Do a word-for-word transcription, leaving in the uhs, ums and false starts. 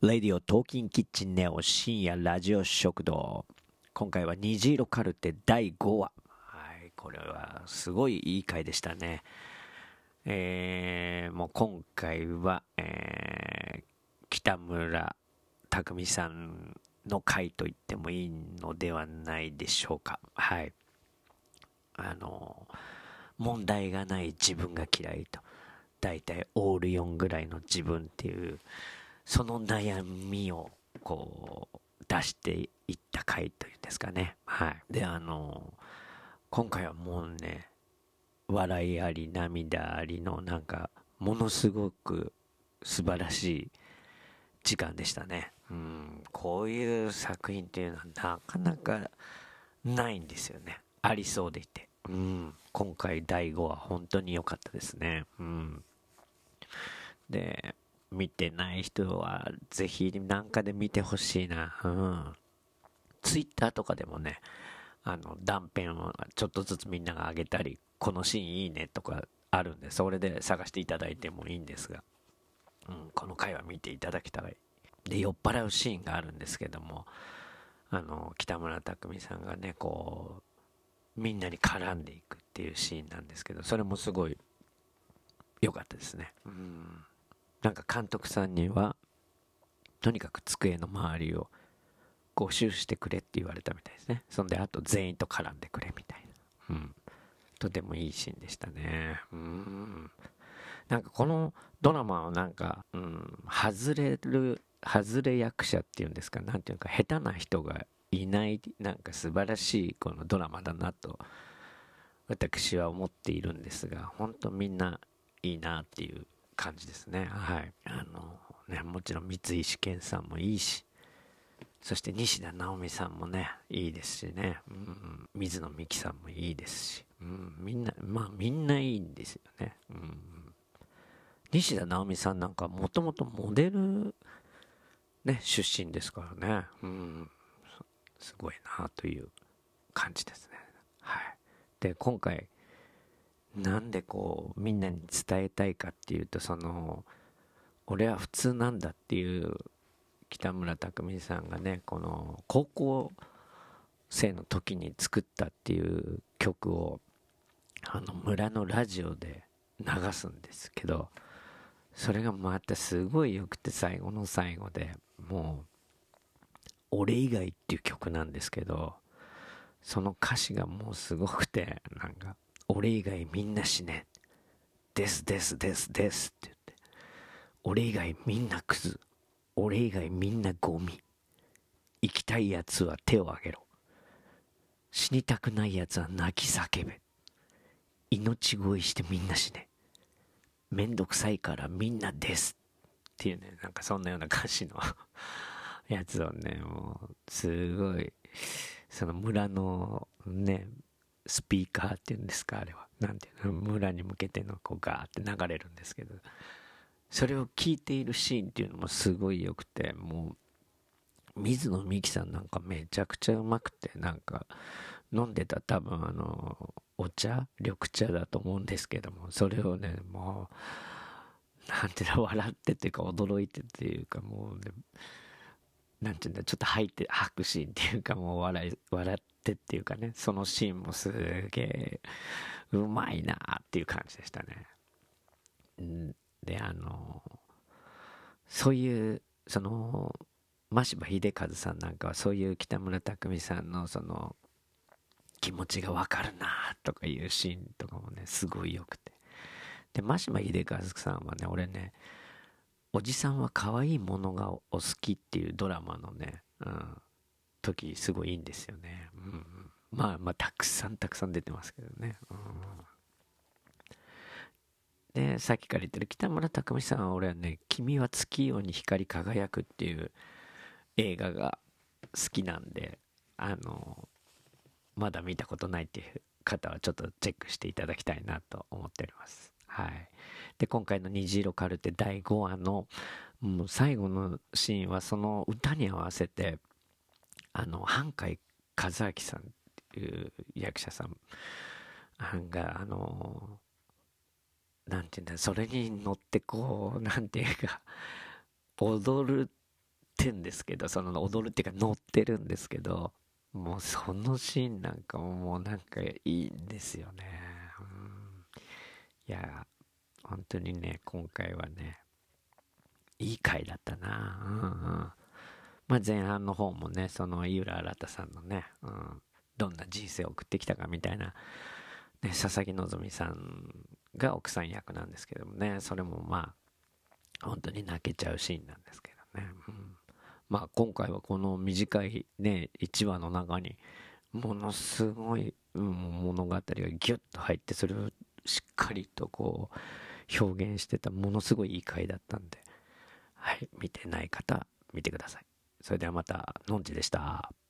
レディオトーキンキッチンネオ深夜ラジオ食堂。今回は虹色カルテだいごわ。はい、これはすごいいい回でしたね。えー、もう今回は、えー、北村匠海さんの回と言ってもいいのではないでしょうか。はい。あの、問題がない自分が嫌いと。だいたいオールよんぐらいの自分っていう、その悩みをこう出していった回というんですかね。はい。で、あの、今回はもうね、笑いあり涙ありのなんか、ものすごく素晴らしい時間でしたね。うん、こういう作品っていうのはなかなかないんですよね。ありそうでいて。うん、今回だいごは本当に良かったですね。うん。で、見てない人はぜひなんかで見てほしいな。うん。ツイッターとかでもね、あの断片をちょっとずつみんなが上げたり、このシーンいいねとかあるんで、それで探していただいてもいいんですが、うん、この回は見ていただけたらいい。で、酔っ払うシーンがあるんですけども、あの北村匠海さんがね、こうみんなに絡んでいくっていうシーンなんですけど、それもすごい良かったですね。うん。なんか監督さんにはとにかく机の周りを募集してくれって言われたみたいですね。そんであと全員と絡んでくれみたいな。うん。とてもいいシーンでしたね。うん。なんかこのドラマはなんか、うん、外れる、外れ役者っていうんですか、なんていうか、下手な人がいない、なんか素晴らしいこのドラマだなと、私は思っているんですが、本当みんないいなっていう感じですね。はい。あの、ね、もちろん三石健さんもいいし、そして西田直美さんもね、いいですしね、うん、水野美紀さんもいいですし、うん、みんな、まあみんないいんですよね。うん、西田直美さんなんかもともとモデル、ね、出身ですからね、うん、すごいなという感じですね。はい。で、今回、なんでこう、みんなに伝えたいかっていうと、その、俺は普通なんだっていう北村匠海さんがね、この高校生の時に作ったっていう曲をあの村のラジオで流すんですけど、それがまたすごい良くて、最後の最後でもう「俺以外」っていう曲なんですけど、その歌詞がもうすごくて、なんか「俺以外みんな死ね」ですですですですって言って、俺以外みんなクズ、俺以外みんなゴミ、生きたいやつは手を挙げろ、死にたくないやつは泣き叫べ、命乞いしてみんな死ね、めんどくさいからみんなですっていうね、なんかそんなような歌詞のやつをね、もうすごい、その村のね、スピーカーっていうんですか、あれはなんていうの、村に向けてのこうガーって流れるんですけど、それを聞いているシーンっていうのもすごい良くて、もう水野美紀さんなんかめちゃくちゃうまくて、なんか飲んでた多分あのお茶、緑茶だと思うんですけども、それをね、もうなんていうの、笑ってっていうか驚いてっていうか、もうね、なんていうんだ、ちょっと吐いて吐くシーンっていうか、もう笑い笑ってっていうかね、そのシーンもすげえうまいなっていう感じでしたね。で、あのそういうその真柴秀和さんなんかはそういう北村匠海さんのその気持ちがわかるなとかいうシーンとかもね、すごい良くて。で、真柴秀和さんはね、俺ね、おじさんは可愛いものがお好きっていうドラマのね、うん、時すごいいいんですよね。うん、まあまあ、たくさんたくさん出てますけどね。うん、で、さっきから言ってる北村匠海さんは、俺はね、君は月夜に光り輝くっていう映画が好きなんで、あの、まだ見たことないっていう方はちょっとチェックしていただきたいなと思っております。はい。で、今回の虹色カルテだいごわのもう最後のシーンはその歌に合わせて、あの、半海和明さんっていう役者さんが、あの、なんていうんだ、それに乗ってこう、なんていうか、踊るってんですけど、その踊るっていうか乗ってるんですけど、もうそのシーンなんかももうなんかいいんですよね。うん、いや、本当にね、今回はね、いい回だったな。うんうん。まあ前半の方もね、その井浦新さんのね、うん、どんな人生を送ってきたかみたいな、ね、佐々木希さんが奥さん役なんですけどもね、それもまあ、本当に泣けちゃうシーンなんですけどね。うん、まあ今回はこの短いね、いちわの中に、ものすごい、うん、物語がギュッと入って、それをしっかりとこう、表現してた、ものすごいいい回だったんで、はい、見てない方、見てください。それではまた、のんちでした。